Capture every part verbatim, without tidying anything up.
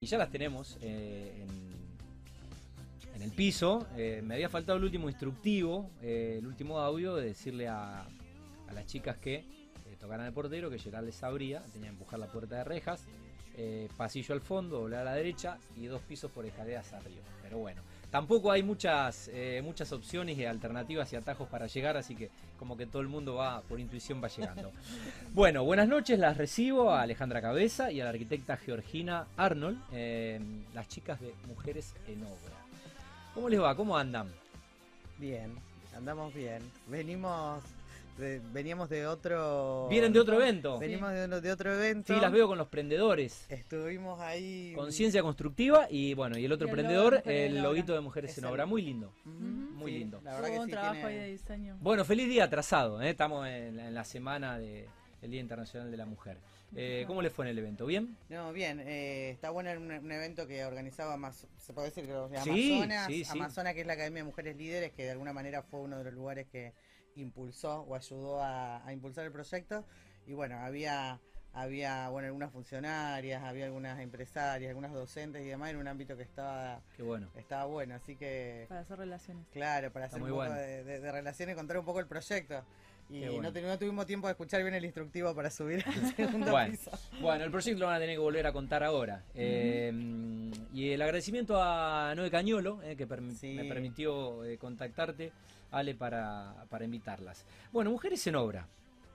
Y ya las tenemos eh, en, en el piso. Eh, me había faltado el último instructivo, eh, el último audio, de decirle a, a las chicas que eh, tocaran el portero, que Gerald les abría, tenía que empujar la puerta de rejas, eh, pasillo al fondo, doblar a la derecha y dos pisos por escaleras arriba. Pero bueno, tampoco hay muchas, eh, muchas opciones y alternativas y atajos para llegar, así que como que todo el mundo va, por intuición va llegando. Bueno, buenas noches, las recibo a Alejandra Cabeza y a la arquitecta Georgina Arnold, eh, las chicas de Mujeres en Obra. ¿Cómo les va? ¿Cómo andan? Bien, andamos bien. Venimos, de, veníamos de otro... ¿Vienen de otro evento? Venimos sí. de, de otro evento. Sí, las veo con los prendedores. Estuvimos ahí... Conciencia constructiva y bueno, y el otro y el prendedor, logo el loguito de Mujeres es en Obra. Muy lindo. Uh-huh. Muy sí, lindo. La verdad que un sí trabajo tiene... ahí de diseño. Bueno, feliz día atrasado, ¿eh? Estamos en, en la semana de... el Día Internacional de la Mujer. Eh, ¿Cómo les fue en el evento? ¿Bien? No, bien. Eh, está bueno un, un evento que organizaba más, se puede decir que los de sí, Amazonas, sí, sí. Amazonas, que es la Academia de Mujeres Líderes, que de alguna manera fue uno de los lugares que impulsó o ayudó a, a impulsar el proyecto. Y bueno, había había bueno algunas funcionarias, había algunas empresarias, algunas docentes y demás, en un ámbito que estaba Qué bueno. Estaba bueno, así que... Para hacer relaciones. Claro, para está hacer un poco bueno. de, de, de relaciones y contar un poco el proyecto. Y bueno. no, no tuvimos tiempo de escuchar bien el instructivo para subir al segundo bueno, piso. Bueno, el proyecto lo van a tener que volver a contar ahora. Uh-huh. eh, y el agradecimiento a Noé Cañolo, eh, que perm sí. me permitió eh, contactarte, Ale, para, para invitarlas. Bueno, Mujeres en Obra.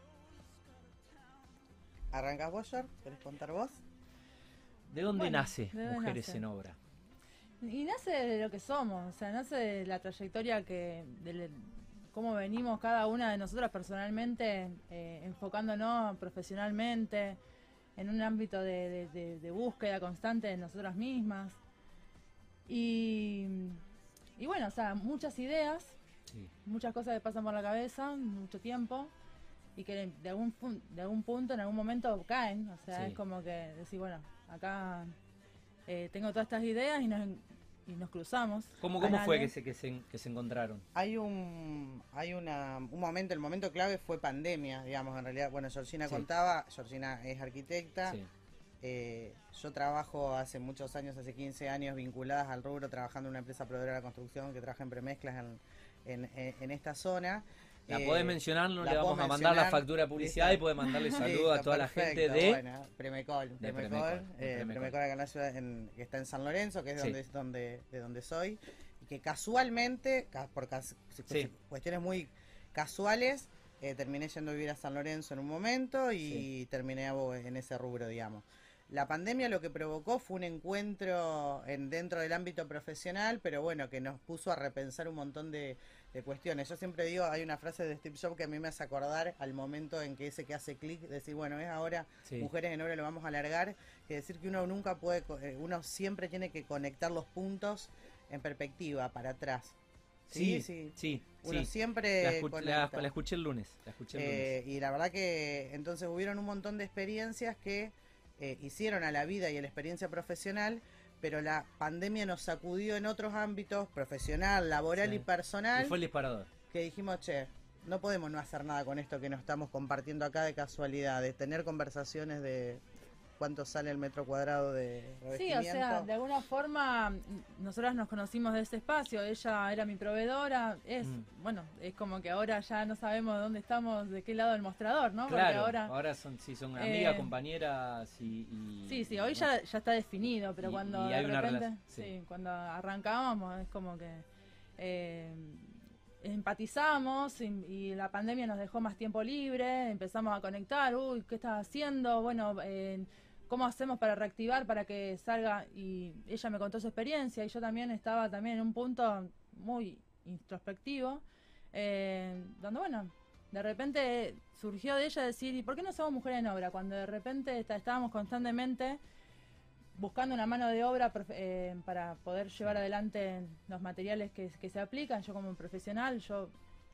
¿Arrancás vos, George? ¿Querés contar vos? ¿De dónde bueno, nace ¿de dónde Mujeres nace? en Obra? Y nace de lo que somos, o sea, nace de la trayectoria que... De cómo venimos cada una de nosotras personalmente, eh, enfocándonos profesionalmente en un ámbito de, de, de, de búsqueda constante de nosotras mismas. Y, y bueno, o sea, muchas ideas, sí. muchas cosas que pasan por la cabeza, mucho tiempo, y que de algún, de algún punto, en algún momento caen. O sea, sí. es como que decir, bueno, acá eh, tengo todas estas ideas y nos... y nos cruzamos. ¿Cómo, cómo fue que se, que, se, que se encontraron? Hay un hay una, un momento, el momento clave fue pandemia, digamos, en realidad. Bueno, Georgina sí. contaba, Georgina es arquitecta. Sí. Eh, yo trabajo hace muchos años, hace quince años, vinculadas al rubro, trabajando en una empresa proveedora de la construcción que trabaja en premezclas en, en, en, en esta zona. La eh, podés mencionar, no le vamos a mandar la factura de publicidad. Listo. Y podés mandarle saludos a toda perfecto, la gente de... Bueno, Premecol, de Premecol, Premecol, eh, Premecol. Premecol acá en la ciudad, en, que está en San Lorenzo, que es, sí. donde, donde, de donde soy, y que casualmente, por cas sí. cuestiones muy casuales, eh, terminé yendo a vivir a San Lorenzo en un momento y sí. terminé en ese rubro, digamos. La pandemia lo que provocó fue un encuentro en, dentro del ámbito profesional, pero bueno, que nos puso a repensar un montón de, de cuestiones. Yo siempre digo, hay una frase de Steve Jobs que a mí me hace acordar al momento en que ese que hace clic, decir, bueno, es ahora, sí. Mujeres en Obra lo vamos a alargar, que decir que uno nunca puede, uno siempre tiene que conectar los puntos en perspectiva, para atrás. Sí, sí, sí. Uno sí. siempre la, escu la, la escuché el lunes. La escuché el eh, lunes. Y la verdad que entonces hubieron un montón de experiencias que Eh, hicieron a la vida y a la experiencia profesional, pero la pandemia nos sacudió en otros ámbitos, profesional, laboral sí. y personal. Y fue el disparador. Que dijimos, che, no podemos no hacer nada con esto que nos estamos compartiendo acá de casualidad, de tener conversaciones de cuánto sale el metro cuadrado de revestimiento. Sí, o sea, de alguna forma nosotras nos conocimos de ese espacio, ella era mi proveedora, es, mm. bueno, es como que ahora ya no sabemos dónde estamos, de qué lado del mostrador, ¿no? Claro, porque ahora, ahora son, sí, son amigas, eh, compañeras y, y... Sí, sí, hoy ya, ya está definido, pero y, cuando y hay de una repente, relación, sí. sí, cuando arrancábamos es como que... Eh, empatizamos y, y la pandemia nos dejó más tiempo libre, empezamos a conectar, uy, ¿qué estás haciendo? Bueno, eh, ¿cómo hacemos para reactivar, para que salga? Y ella me contó su experiencia y yo también estaba también en un punto muy introspectivo, eh, donde bueno, de repente surgió de ella decir, ¿y por qué no somos Mujeres en Obra? Cuando de repente está, estábamos constantemente buscando una mano de obra eh, para poder llevar adelante los materiales que, que se aplican. Yo como profesional, yo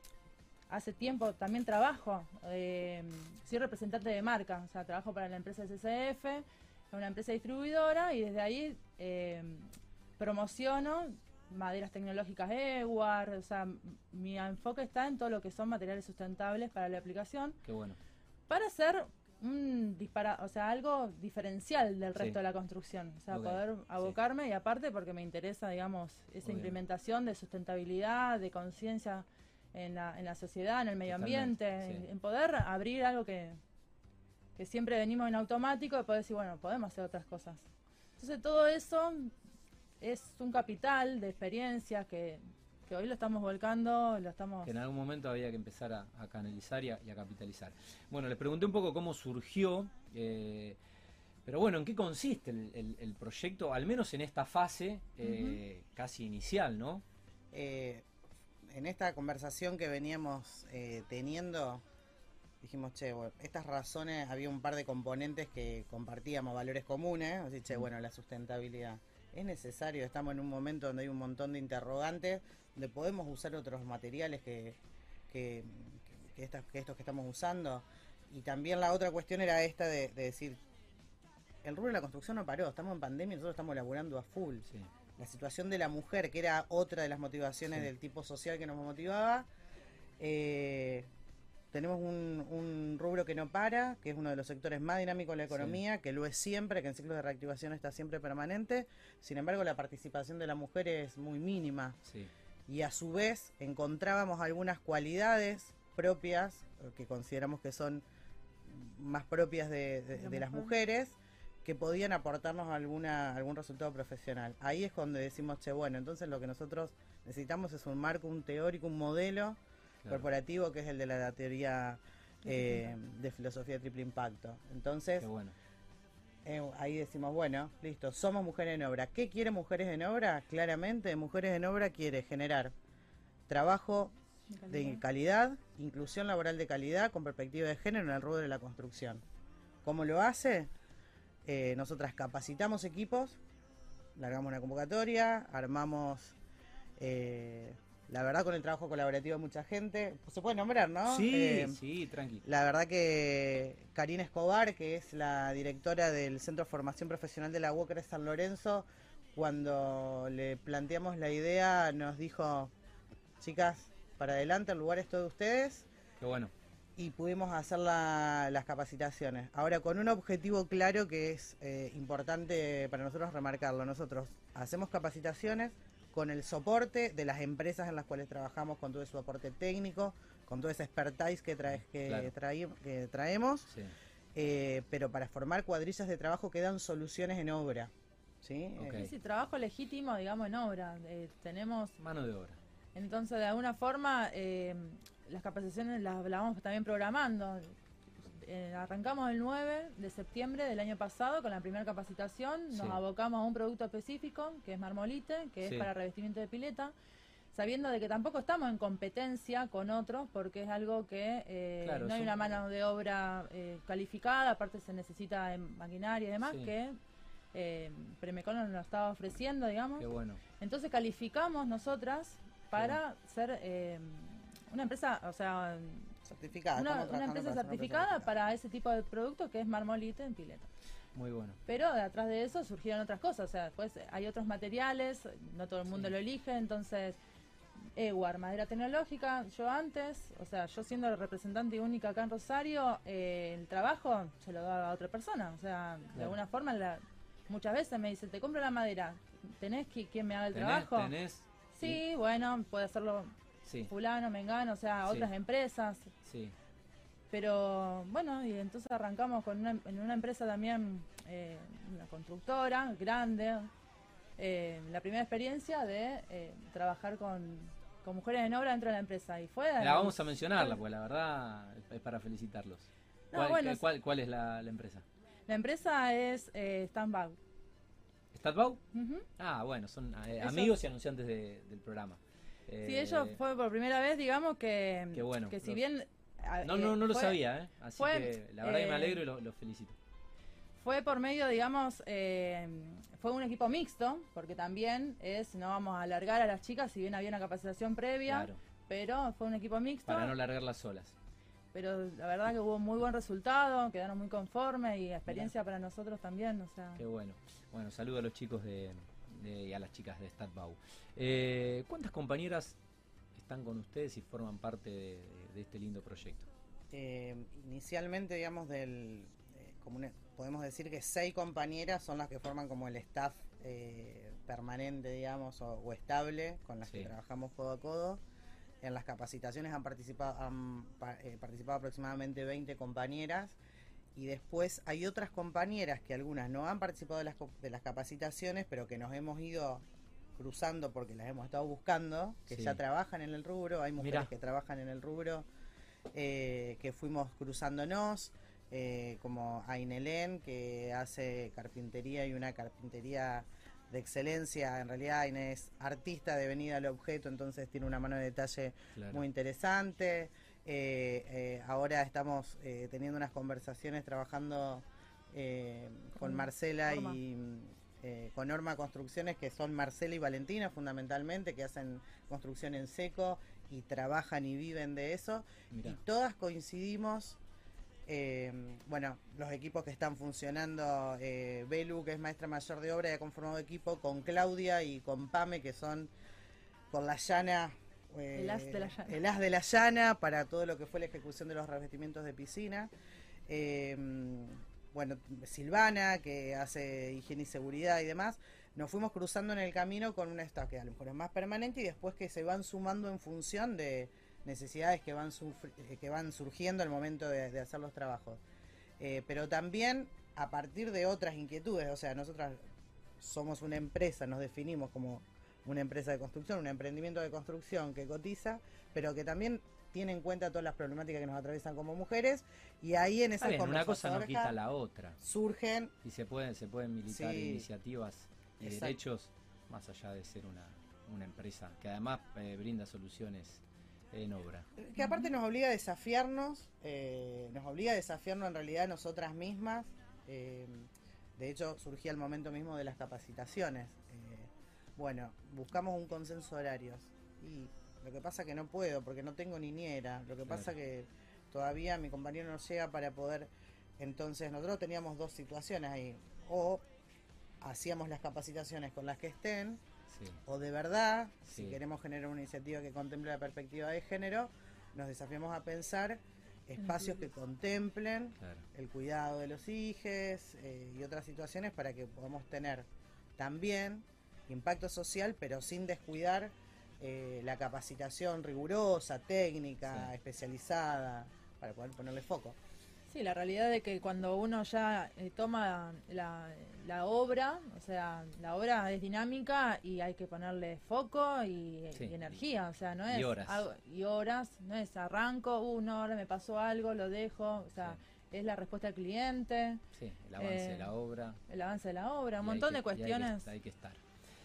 hace tiempo también trabajo, eh, soy representante de marca, o sea, trabajo para la empresa C C F, una empresa distribuidora, y desde ahí eh, promociono maderas tecnológicas Ewar, o sea, mi enfoque está en todo lo que son materiales sustentables para la aplicación. Qué bueno. Para hacer un dispara, o sea, algo diferencial del resto sí. de la construcción, o sea, okay. poder abocarme sí. y aparte porque me interesa, digamos, esa Muy implementación bien. de sustentabilidad, de conciencia en la, en la sociedad, en el medio Totalmente, ambiente, sí. en, en poder abrir algo que, que siempre venimos en automático y poder decir, bueno, podemos hacer otras cosas. Entonces todo eso es un capital de experiencias que, que hoy lo estamos volcando, lo estamos... Que en algún momento había que empezar a, a canalizar y a, y a capitalizar. Bueno, les pregunté un poco cómo surgió, eh, pero bueno, ¿en qué consiste el, el, el proyecto? Al menos en esta fase eh, uh-huh. casi inicial, ¿no? Eh, en esta conversación que veníamos eh, teniendo, dijimos, che, bueno, estas razones, había un par de componentes que compartíamos, valores comunes, así, che, uh-huh. bueno, la sustentabilidad. Es necesario, estamos en un momento donde hay un montón de interrogantes, donde podemos usar otros materiales que, que, que, estas, que estos que estamos usando. Y también la otra cuestión era esta de, de decir, el rubro de la construcción no paró, estamos en pandemia y nosotros estamos laburando a full. Sí. La situación de la mujer, que era otra de las motivaciones sí. del tipo social que nos motivaba, eh, tenemos un, un rubro que no para, que es uno de los sectores más dinámicos de la economía, sí. que lo es siempre, que en ciclos de reactivación está siempre permanente. Sin embargo, la participación de la mujer es muy mínima. Sí. Y a su vez encontrábamos algunas cualidades propias, que consideramos que son más propias de, de, de, de las mujeres, que podían aportarnos alguna algún resultado profesional. Ahí es cuando decimos, che, bueno, entonces lo que nosotros necesitamos es un marco, un teórico, un modelo Claro. corporativo, que es el de la teoría eh, de filosofía de triple impacto. Entonces, Qué bueno. eh, ahí decimos, bueno, listo, somos mujeres en obra. ¿Qué quiere Mujeres en Obra? Claramente, Mujeres en Obra quiere generar trabajo de calidad, de calidad inclusión laboral de calidad con perspectiva de género en el rubro de la construcción. ¿Cómo lo hace? Eh, nosotras capacitamos equipos, largamos una convocatoria, armamos... Eh, La verdad, con el trabajo colaborativo de mucha gente, se puede nombrar, ¿no? Sí, eh, sí, tranqui. La verdad que Karina Escobar, que es la directora del Centro de Formación Profesional de la U O C R San Lorenzo, cuando le planteamos la idea, nos dijo, chicas, para adelante, el lugar es todo de ustedes. Qué bueno. Y pudimos hacer la, las capacitaciones. Ahora, con un objetivo claro que es eh, importante para nosotros remarcarlo. Nosotros hacemos capacitaciones con el soporte de las empresas en las cuales trabajamos, con todo su aporte técnico, con toda esa expertise que, trae, que, claro. trae, que traemos, sí. eh, pero para formar cuadrillas de trabajo que dan soluciones en obra. ¿Sí? Okay. Sí, sí, trabajo legítimo, digamos, en obra. Eh, tenemos... Mano de obra. Entonces, de alguna forma, eh, las capacitaciones las, las vamos también programando. Eh, arrancamos el nueve de septiembre del año pasado con la primera capacitación, nos sí. abocamos a un producto específico que es Marmolite, que sí. es para revestimiento de pileta, sabiendo de que tampoco estamos en competencia con otros porque es algo que eh, claro, no hay una mano de obra eh, calificada, aparte se necesita en maquinaria y demás, sí. que eh, Premecon nos lo estaba ofreciendo, digamos. Qué bueno. Entonces calificamos nosotras para sí. ser eh, una empresa, o sea... certificada, una, una empresa certificada, certificada para ese tipo de producto que es Marmolite en pileta. Muy bueno. Pero de atrás de eso surgieron otras cosas, o sea, después hay otros materiales, no todo el mundo sí. lo elige, entonces Ewar, madera tecnológica, yo antes, o sea, yo siendo representante única acá en Rosario, eh, el trabajo se lo daba a otra persona, o sea, de claro. alguna forma la, muchas veces me dicen, te compro la madera, ¿tenés que quien me haga el ¿Tenés, trabajo? ¿Tenés? Sí, sí, bueno, puede hacerlo sí. fulano, mengano, o sea, otras sí. empresas. Sí. Pero bueno, y entonces arrancamos con una, en una empresa también, eh, una constructora grande, eh, la primera experiencia de eh, trabajar con, con mujeres en obra dentro de la empresa. Y fue la vamos a mencionarla, porque la verdad es para felicitarlos. No, ¿Cuál, bueno, ¿cuál, cuál es la, la empresa? La empresa es eh, Stanbau. ¿Stanbau? Uh-huh. Ah, bueno, son eh, amigos y anunciantes de, del programa. Eh, sí, ellos fue por primera vez, digamos, que, qué bueno, que si los... bien... No, no, no fue, lo sabía, ¿eh? Así fue, que la verdad eh, que me alegro y los lo felicito. Fue por medio, digamos, eh, fue un equipo mixto, porque también es, no vamos a alargar a las chicas, si bien había una capacitación previa, claro. pero fue un equipo mixto. Para no largarlas solas. Pero la verdad que hubo muy buen resultado, quedaron muy conformes y experiencia Mirá. para nosotros también, o sea... Qué bueno. Bueno, saludo a los chicos de, de, y a las chicas de Stanbau. Eh, ¿Cuántas compañeras están con ustedes y forman parte de, de, de este lindo proyecto? Eh, inicialmente, digamos, del, eh, como una, podemos decir que seis compañeras son las que forman como el staff eh, permanente, digamos, o, o estable, con las sí. que trabajamos codo a codo. En las capacitaciones han participado, han eh, participado aproximadamente veinte compañeras, y después hay otras compañeras que algunas no han participado de las, de las capacitaciones, pero que nos hemos ido cruzando porque las hemos estado buscando, que sí. ya trabajan en el rubro. Hay mujeres Mirá. que trabajan en el rubro, eh, que fuimos cruzándonos, eh, como Ainelén, que hace carpintería, y una carpintería de excelencia. En realidad Aine es artista de venida al objeto, entonces tiene una mano de detalle claro. muy interesante. Eh, eh, ahora estamos eh, teniendo unas conversaciones trabajando eh, con Marcela Norma. y eh, con Norma Construcciones, que son Marcela y Valentina fundamentalmente, que hacen construcción en seco y trabajan y viven de eso. Mirá. Y todas coincidimos. Eh, bueno, los equipos que están funcionando, eh, Belu, que es maestra mayor de obra y ha conformado equipo con Claudia y con Pame, que son con la llana, eh, el, as de la llana. el as de la llana para todo lo que fue la ejecución de los revestimientos de piscina. Eh, bueno, Silvana, que hace higiene y seguridad y demás. Nos fuimos cruzando en el camino con una staff que a lo mejor es más permanente, y después que se van sumando en función de necesidades que van, que van surgiendo al momento de, de hacer los trabajos. Eh, pero también a partir de otras inquietudes. O sea, nosotras somos una empresa, nos definimos como una empresa de construcción, un emprendimiento de construcción que cotiza, pero que también tiene en cuenta todas las problemáticas que nos atraviesan como mujeres, y ahí en esa una cosa no quita la otra. Surgen y se pueden, se pueden militar sí, iniciativas y exacto. derechos más allá de ser una, una empresa que además eh, brinda soluciones en obra. Que aparte nos obliga a desafiarnos, eh, nos obliga a desafiarnos en realidad nosotras mismas. Eh, de hecho, surgía el momento mismo de las capacitaciones. Eh, bueno, buscamos un consenso de horarios, y lo que pasa que no puedo porque no tengo niñera. Lo que claro. pasa que todavía mi compañero no llega para poder. Entonces nosotros teníamos dos situaciones ahí: o hacíamos las capacitaciones con las que estén, sí. o de verdad, sí. si queremos generar una iniciativa que contemple la perspectiva de género, nos desafiamos a pensar espacios que contemplen claro. el cuidado de los hijos eh, y otras situaciones, para que podamos tener también impacto social, pero sin descuidar eh, la capacitación rigurosa, técnica, sí. especializada, para poder ponerle foco. Sí, la realidad de que cuando uno ya eh, toma la, la obra, o sea, la obra es dinámica y hay que ponerle foco y, sí. y energía, o sea, no es... Y horas. Algo, y horas, no es arranco, uno, ahora me pasó algo, lo dejo, o sea, sí. es la respuesta al cliente. Sí, el avance eh, de la obra. El avance de la obra, un montón que, de cuestiones. Hay que, hay que estar.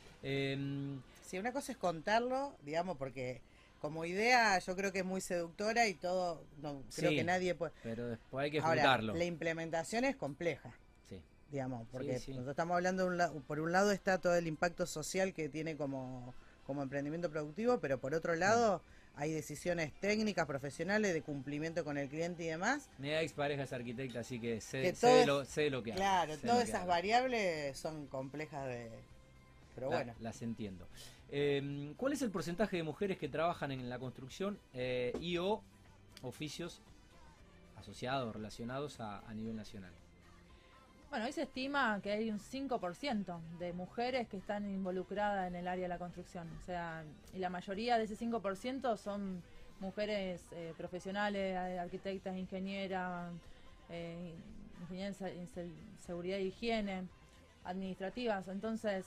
Eh, sí, una cosa es contarlo, digamos, porque... Como idea yo creo que es muy seductora y todo, no creo sí, que nadie puede... pero después hay que ejecutarlo. Ahora, la implementación es compleja, sí. digamos, porque sí, sí. nosotros estamos hablando, de un lado, por un lado está todo el impacto social que tiene como, como emprendimiento productivo, pero por otro lado sí. hay decisiones técnicas, profesionales, de cumplimiento con el cliente y demás. Mi ex pareja es arquitecta, así que sé, que sé, de, lo, sé de lo que claro, hago. Claro, todas esas variables son complejas de... Pero la, bueno. Las entiendo. Eh, ¿Cuál es el porcentaje de mujeres que trabajan en la construcción eh, y o oficios asociados, relacionados a, a nivel nacional? Bueno, hoy se estima que hay un cinco por ciento de mujeres que están involucradas en el área de la construcción. O sea, y la mayoría de ese cinco por ciento son mujeres eh, profesionales, arquitectas, ingenieras, eh, ingenieras en seguridad e higiene, administrativas. Entonces,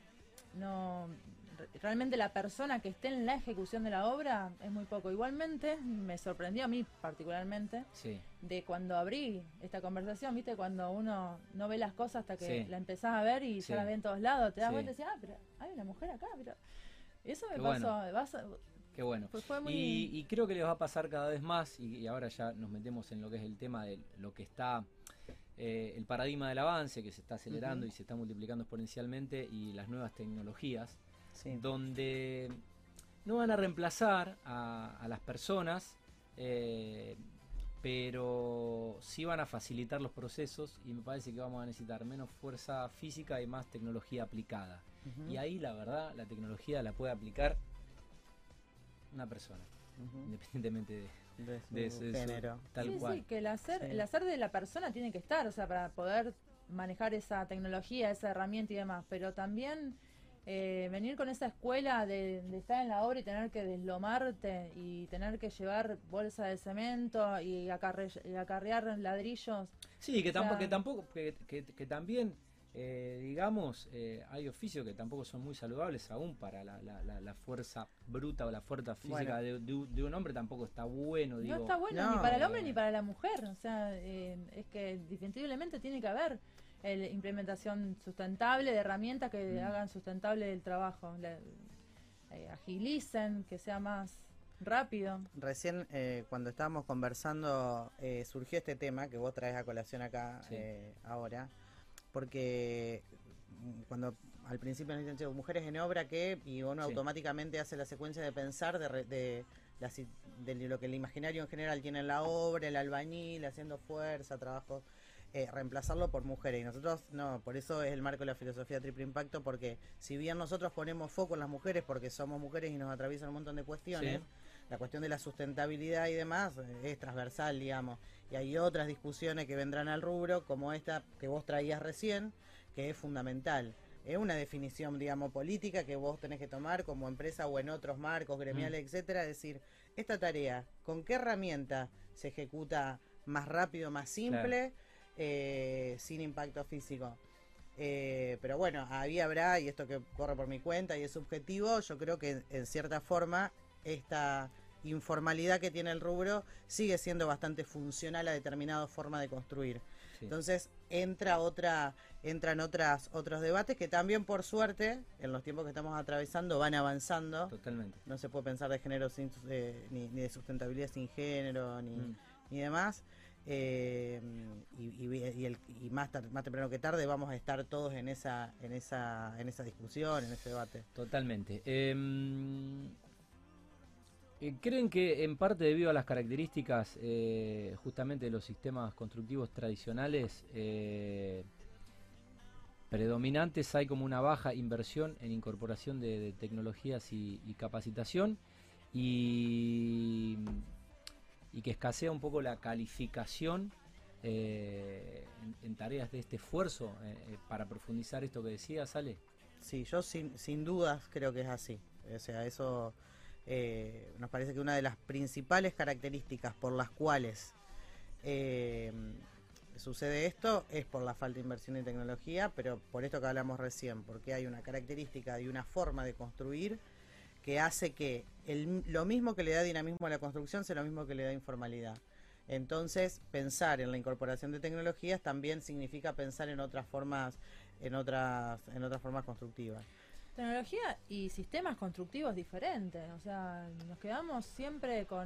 no... realmente la persona que esté en la ejecución de la obra es muy poco. Igualmente me sorprendió a mí particularmente sí. de cuando abrí esta conversación, viste, cuando uno no ve las cosas hasta que sí. la empezás a ver y sí. ya la ve en todos lados, te das sí. cuenta y decís, ah, pero hay una mujer acá, pero eso me Qué pasó. Bueno. Vas a... Qué bueno. Pues fue muy... y, y creo que les va a pasar cada vez más, y, y ahora ya nos metemos en lo que es el tema de lo que está... Eh, el paradigma del avance que se está acelerando uh-huh. y se está multiplicando exponencialmente, y las nuevas tecnologías sí. donde no van a reemplazar a, a las personas, eh, pero sí van a facilitar los procesos, y me parece que vamos a necesitar menos fuerza física y más tecnología aplicada. Uh-huh. Y ahí la verdad la tecnología la puede aplicar una persona. uh-huh. independientemente de, de su, de su género. Tal sí, cual. Sí, que el hacer, sí. el hacer de la persona tiene que estar, o sea, para poder manejar esa tecnología, esa herramienta y demás, pero también eh, venir con esa escuela de, de estar en la obra y tener que deslomarte y tener que llevar bolsa de cemento y, acarre, y acarrear ladrillos. Sí, que, o sea, tampoco, que tampoco, que, que, que también, eh, digamos, eh, hay oficios que tampoco son muy saludables aún para la, la, la, la fuerza bruta o la fuerza física bueno. de, de, de un hombre tampoco está bueno. Digo, no está bueno no, ni para el hombre eh, ni para la mujer, o sea, eh, es que definitivamente tiene que haber la implementación sustentable de herramientas que mm. hagan sustentable el trabajo, le, eh, agilicen, que sea más rápido. Recién eh, cuando estábamos conversando eh, surgió este tema que vos traes a colación acá sí. eh, ahora, porque cuando al principio nos dicen mujeres en obra que y uno sí. automáticamente hace la secuencia de pensar de, de, de, la, de lo que el imaginario en general tiene en la obra, el albañil haciendo fuerza, trabajo. Eh, reemplazarlo por mujeres y nosotros no, por eso es el marco de la filosofía triple impacto, porque si bien nosotros ponemos foco en las mujeres porque somos mujeres y nos atraviesan un montón de cuestiones, sí. la cuestión de la sustentabilidad y demás es transversal, digamos, y hay otras discusiones que vendrán al rubro como esta que vos traías recién, que es fundamental. Es una definición, digamos, política que vos tenés que tomar como empresa o en otros marcos gremiales, mm. etcétera, es decir, esta tarea, ¿con qué herramienta se ejecuta más rápido, más simple? Claro. Eh, sin impacto físico, eh, pero bueno, ahí habrá, y esto que corre por mi cuenta y es subjetivo, yo creo que en cierta forma esta informalidad que tiene el rubro sigue siendo bastante funcional a determinada forma de construir. Sí. Entonces entra otra, entran otras otros debates que también por suerte en los tiempos que estamos atravesando van avanzando. Totalmente. No se puede pensar de género sin, eh, ni, ni de sustentabilidad sin género ni, mm. ni demás. Eh, y, y, y, el, y más, tar, más temprano que tarde vamos a estar todos en esa en esa en esa discusión, en ese debate. Totalmente. Eh, ¿Creen que en parte debido a las características eh, justamente de los sistemas constructivos tradicionales eh, predominantes hay como una baja inversión en incorporación de, de tecnologías y, y capacitación y y que escasea un poco la calificación eh, en, en tareas de este esfuerzo eh, para profundizar esto que decías, Ale? Sí, yo sin, sin dudas creo que es así. O sea, eso eh, nos parece que una de las principales características por las cuales eh, sucede esto es por la falta de inversión en tecnología, pero por esto que hablamos recién, porque hay una característica y una forma de construir que hace que el, lo mismo que le da dinamismo a la construcción sea lo mismo que le da informalidad. Entonces, pensar en la incorporación de tecnologías también significa pensar en otras formas, en otras, en otras formas constructivas. Tecnología y sistemas constructivos diferentes, o sea, nos quedamos siempre con,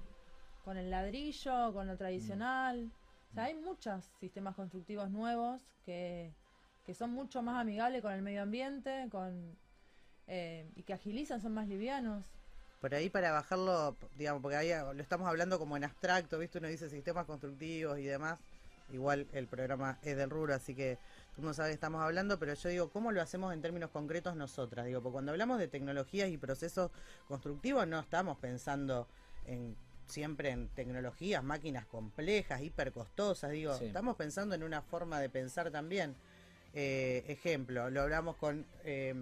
con el ladrillo, con lo tradicional. Mm. O sea, hay muchos sistemas constructivos nuevos que, que son mucho más amigables con el medio ambiente, con Eh, y que agilizan, son más livianos. Por ahí para bajarlo, digamos, porque ahí lo estamos hablando como en abstracto, ¿viste? Uno dice sistemas constructivos y demás. Igual el programa es del rubro, así que tú no sabes qué estamos hablando, pero yo digo, ¿cómo lo hacemos en términos concretos nosotras? Digo, porque cuando hablamos de tecnologías y procesos constructivos no estamos pensando en siempre en tecnologías, máquinas complejas, hipercostosas, digo, sí. Estamos pensando en una forma de pensar también. Eh, ejemplo, lo hablamos con... Eh,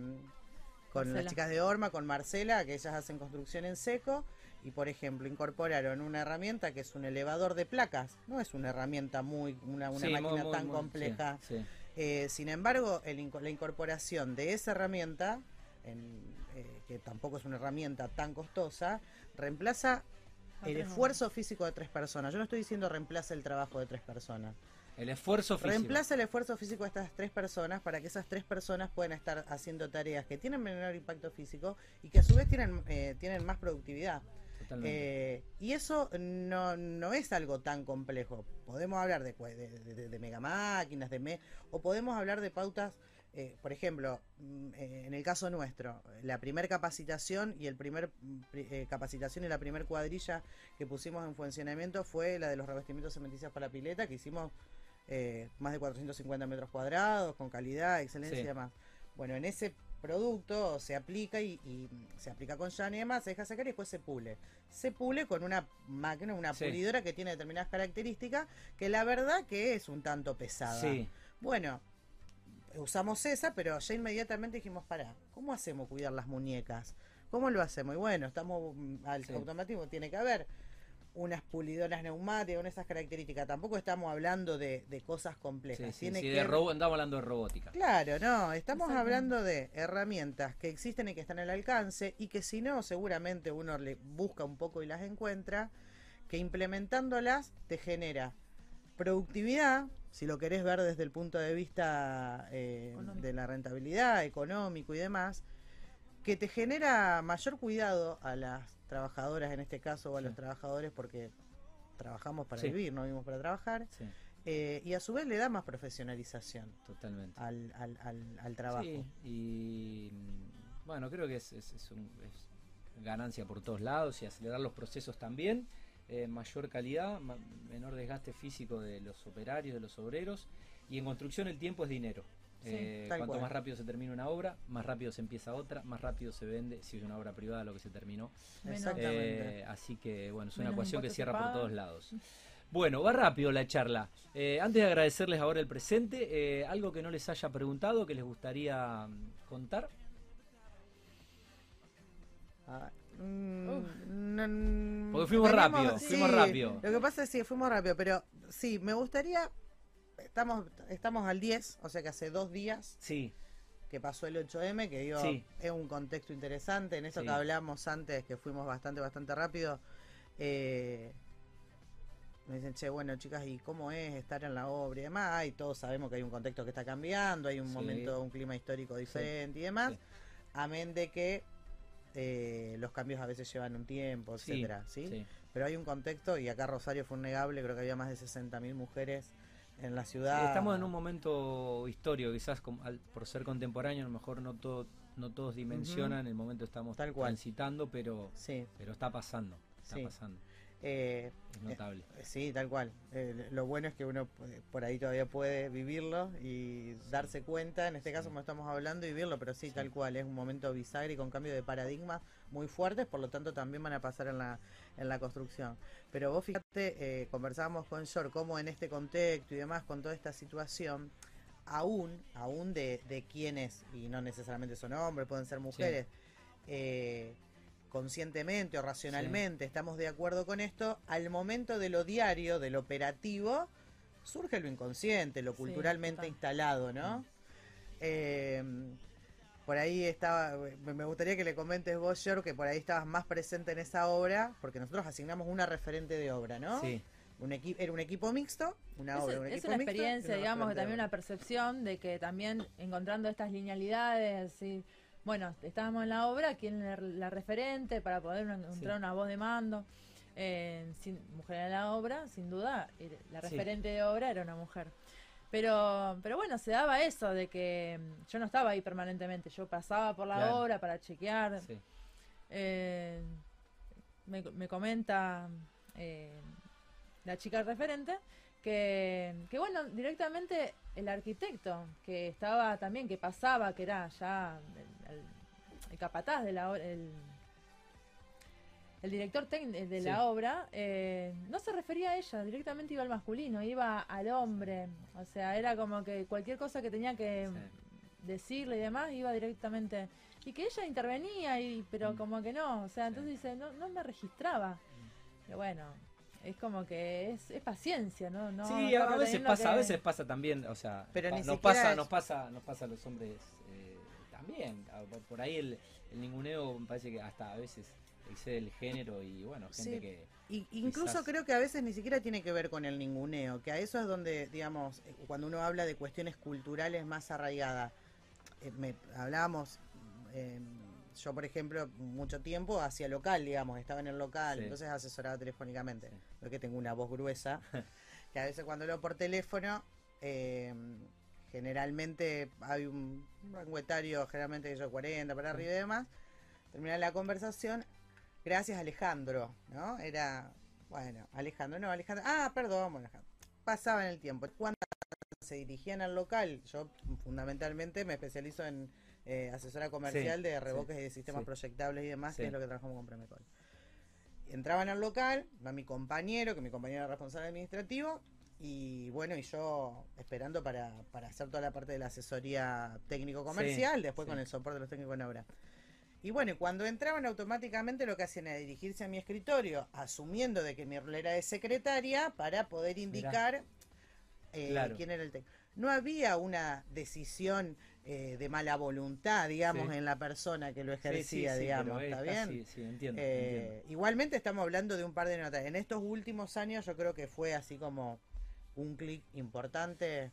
con Marcela. Las chicas de Orma, con Marcela, que ellas hacen construcción en seco y, por ejemplo, incorporaron una herramienta que es un elevador de placas. No es una herramienta muy, una, una sí, máquina muy, tan muy, compleja. Sí, sí. Eh, sin embargo, el, la incorporación de esa herramienta, en, eh, que tampoco es una herramienta tan costosa, reemplaza el esfuerzo físico de tres personas. Yo no estoy diciendo reemplaza el trabajo de tres personas. El esfuerzo físico. Reemplaza el esfuerzo físico de estas tres personas para que esas tres personas puedan estar haciendo tareas que tienen menor impacto físico y que a su vez tienen, eh, tienen más productividad. Eh, y eso no, no es algo tan complejo. Podemos hablar de, de, de, de megamáquinas, de me, o podemos hablar de pautas, eh, por ejemplo, eh, en el caso nuestro, la primer capacitación y el primer eh, capacitación y la primer cuadrilla que pusimos en funcionamiento fue la de los revestimientos cementicios para pileta, que hicimos Eh, más de cuatrocientos cincuenta metros cuadrados, con calidad, excelencia sí. y demás. Bueno, en ese producto se aplica y, y se aplica con llana y demás, se deja secar y después se pule. Se pule con una máquina, una sí. pulidora que tiene determinadas características que la verdad que es un tanto pesada. Sí. Bueno, usamos esa, pero ya inmediatamente dijimos, pará, ¿cómo hacemos cuidar las muñecas? ¿Cómo lo hacemos? Y bueno, estamos al sí. automatismo, tiene que haber unas pulidoras neumáticas con esas características. Tampoco estamos hablando de, de cosas complejas. Sí, tiene sí, que... de robo, andamos hablando de robótica. Claro, no, estamos hablando de herramientas que existen y que están al alcance y que si no, seguramente uno le busca un poco y las encuentra, que implementándolas te genera productividad, si lo querés ver desde el punto de vista eh, de la rentabilidad, económico y demás, que te genera mayor cuidado a las trabajadoras en este caso o a sí. los trabajadores porque trabajamos para sí. vivir, no vivimos para trabajar sí. eh, y a su vez le da más profesionalización totalmente al, al, al, al trabajo sí. Y bueno, creo que es, es, es, un, es ganancia por todos lados y acelerar los procesos también, eh, mayor calidad, ma menor desgaste físico de los operarios, de los obreros, y en construcción el tiempo es dinero. Sí, eh, cuanto cual. más rápido se termina una obra, más rápido se empieza otra, más rápido se vende, si es una obra privada lo que se terminó. Exactamente. Eh, así que bueno, es una Menos ecuación que cierra por todos lados. Bueno, va rápido la charla. Eh, antes de agradecerles ahora el presente, eh, algo que no les haya preguntado, que les gustaría contar. Ah, mm, no, Porque fuimos veníamos, rápido, sí, fuimos rápido. Lo que pasa es que sí, fuimos rápido, pero sí, me gustaría... Estamos estamos al diez, o sea que hace dos días sí. que pasó el ocho eme, que digo, sí. es un contexto interesante. En eso sí. que hablamos antes, que fuimos bastante, bastante rápido, eh, me dicen, che, bueno, chicas, ¿y cómo es estar en la obra y demás? Y todos sabemos que hay un contexto que está cambiando, hay un sí. momento, un clima histórico diferente sí. y demás. Sí. Amén de que eh, los cambios a veces llevan un tiempo, sí. etcétera, ¿sí? Sí. Pero hay un contexto, y acá Rosario fue innegable, creo que había más de sesenta mil mujeres en la ciudad. Estamos en un momento histórico, quizás com, al, por ser contemporáneo, a lo mejor no todo, no todos dimensionan uh-huh. el momento que estamos Tal cual. transitando, pero, sí. pero está pasando, está sí. pasando. Eh, es notable. Eh, sí, tal cual. Eh, lo bueno es que uno por ahí todavía puede vivirlo y sí. darse cuenta, en este sí. caso como estamos hablando, y vivirlo, pero sí, sí, tal cual, es un momento bisagra y con cambio de paradigma muy fuertes, por lo tanto también van a pasar en la en la construcción. Pero vos fíjate, eh, conversábamos con George cómo en este contexto y demás, con toda esta situación, aún, aún de, de quienes, y no necesariamente son hombres, pueden ser mujeres, sí. eh, conscientemente o racionalmente sí. estamos de acuerdo con esto, al momento de lo diario, del operativo, surge lo inconsciente, lo culturalmente sí, instalado, ¿no? Mm. Eh, por ahí estaba, me gustaría que le comentes vos, George, que por ahí estabas más presente en esa obra, porque nosotros asignamos una referente de obra, ¿no? Sí. Un equipo, era un equipo mixto, una es, obra, un es equipo una mixto, experiencia, una digamos, que también obra. una percepción de que también encontrando estas linealidades, ¿sí? Bueno, estábamos en la obra, ¿quién es la, la referente para poder encontrar sí. una voz de mando? Eh, sin, mujer en la obra, sin duda, la referente sí. de obra era una mujer. Pero pero bueno, se daba eso de que yo no estaba ahí permanentemente, yo pasaba por la claro. obra para chequear. Sí. Eh, me, me comenta eh, la chica referente que, que bueno, directamente el arquitecto que estaba también, que pasaba, que era ya el, el, el capataz de la obra, el, el director técnico de la sí. obra, eh, no se refería a ella, directamente iba al masculino, iba al hombre, o sea, era como que cualquier cosa que tenía que sí. decirle y demás, iba directamente, y que ella intervenía, y pero mm. como que no, o sea, entonces sí. dice, no, no me registraba, mm. pero bueno, es como que es, es paciencia, ¿no? no sí, a veces pasa, que... a veces pasa también, o sea, pero pa, ni nos pasa, es... nos pasa, nos pasa a los hombres eh, también, por ahí el, el ninguneo me parece que hasta a veces excede el género y bueno, gente sí. que... Y, incluso quizás... creo que a veces ni siquiera tiene que ver con el ninguneo, que a eso es donde, digamos, cuando uno habla de cuestiones culturales más arraigadas, eh, me, hablábamos, eh, yo por ejemplo, mucho tiempo hacía local, digamos, estaba en el local, sí. entonces asesoraba telefónicamente, sí. no que tengo una voz gruesa, que a veces cuando leo por teléfono, eh, generalmente hay un rango etario, generalmente yo cuarenta para arriba y demás, termina la conversación. Gracias, Alejandro, ¿no? Era, bueno, Alejandro, no, Alejandro, ah, perdón, bueno, pasaba en el tiempo. Cuando se dirigían al local, yo fundamentalmente me especializo en, eh, asesora comercial sí, de revoques sí, y de sistemas sí. proyectables y demás, Sí. que es lo que trabajamos con Premecol. Entraban al local, va mi compañero, que mi compañero era responsable administrativo, y bueno, y yo esperando para, para hacer toda la parte de la asesoría técnico-comercial, Sí, después sí. con el soporte de los técnicos en obra. Y bueno, y cuando entraban automáticamente lo que hacían era dirigirse a mi escritorio, asumiendo de que mi rol era de secretaria, para poder indicar eh, Claro. quién era el técnico. No había una decisión eh, de mala voluntad, digamos, Sí. en la persona que lo Sí, sí, ejercía, sí, digamos, pero ¿está esta bien? Sí, sí, entiendo, Eh, entiendo. Igualmente estamos hablando de un par de notas. En estos últimos años yo creo que fue así como un clic importante,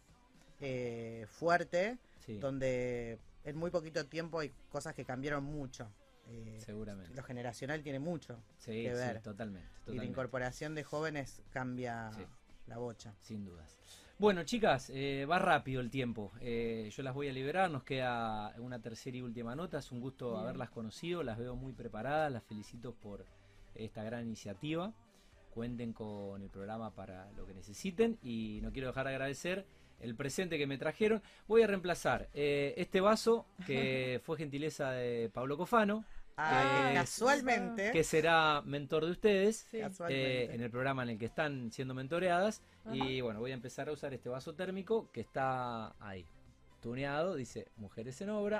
eh, fuerte, Sí, donde en muy poquito tiempo hay cosas que cambiaron mucho. Eh, seguramente. lo generacional tiene mucho Sí, que ver. sí, totalmente, Y la totalmente. incorporación de jóvenes cambia Sí. la bocha. Sin dudas. Bueno, chicas, eh, va rápido el tiempo. Eh, yo las voy a liberar, nos queda una tercera y última nota. Es un gusto Bien. haberlas conocido, las veo muy preparadas, las felicito por esta gran iniciativa. Cuenten con el programa para lo que necesiten y no quiero dejar de agradecer el presente que me trajeron. Voy a reemplazar eh, este vaso que fue gentileza de Pablo Cofano, Ah, que que es- casualmente, que será mentor de ustedes. Sí. casualmente. Eh, en el programa en el que están siendo mentoreadas. Y bueno, voy a empezar a usar este vaso térmico que está ahí, tuneado, dice Mujeres en Obra,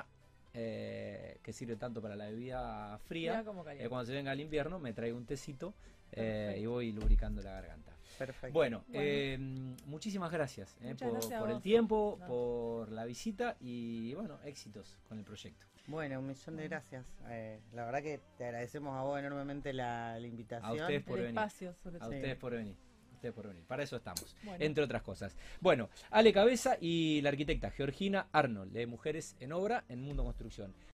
eh, que sirve tanto para la bebida fría. Mira cómo caliente. Eh, cuando se venga el invierno me traigo un tecito eh, Perfecto. y voy lubricando la garganta. Perfecto. Bueno, Bueno. eh, muchísimas gracias, eh, Muchas por, gracias a por el vos. tiempo, No. por la visita y bueno, éxitos con el proyecto. Bueno, un millón de gracias. Eh, la verdad que te agradecemos a vos enormemente la, la invitación. A ustedes por El venir. espacio, sobre A todo. ustedes por venir. a Ustedes por venir. Para eso estamos. Bueno. Entre otras cosas. Bueno, Ale Cabeza y la arquitecta Georgina Arnold, de Mujeres en Obra en Mundo Construcción.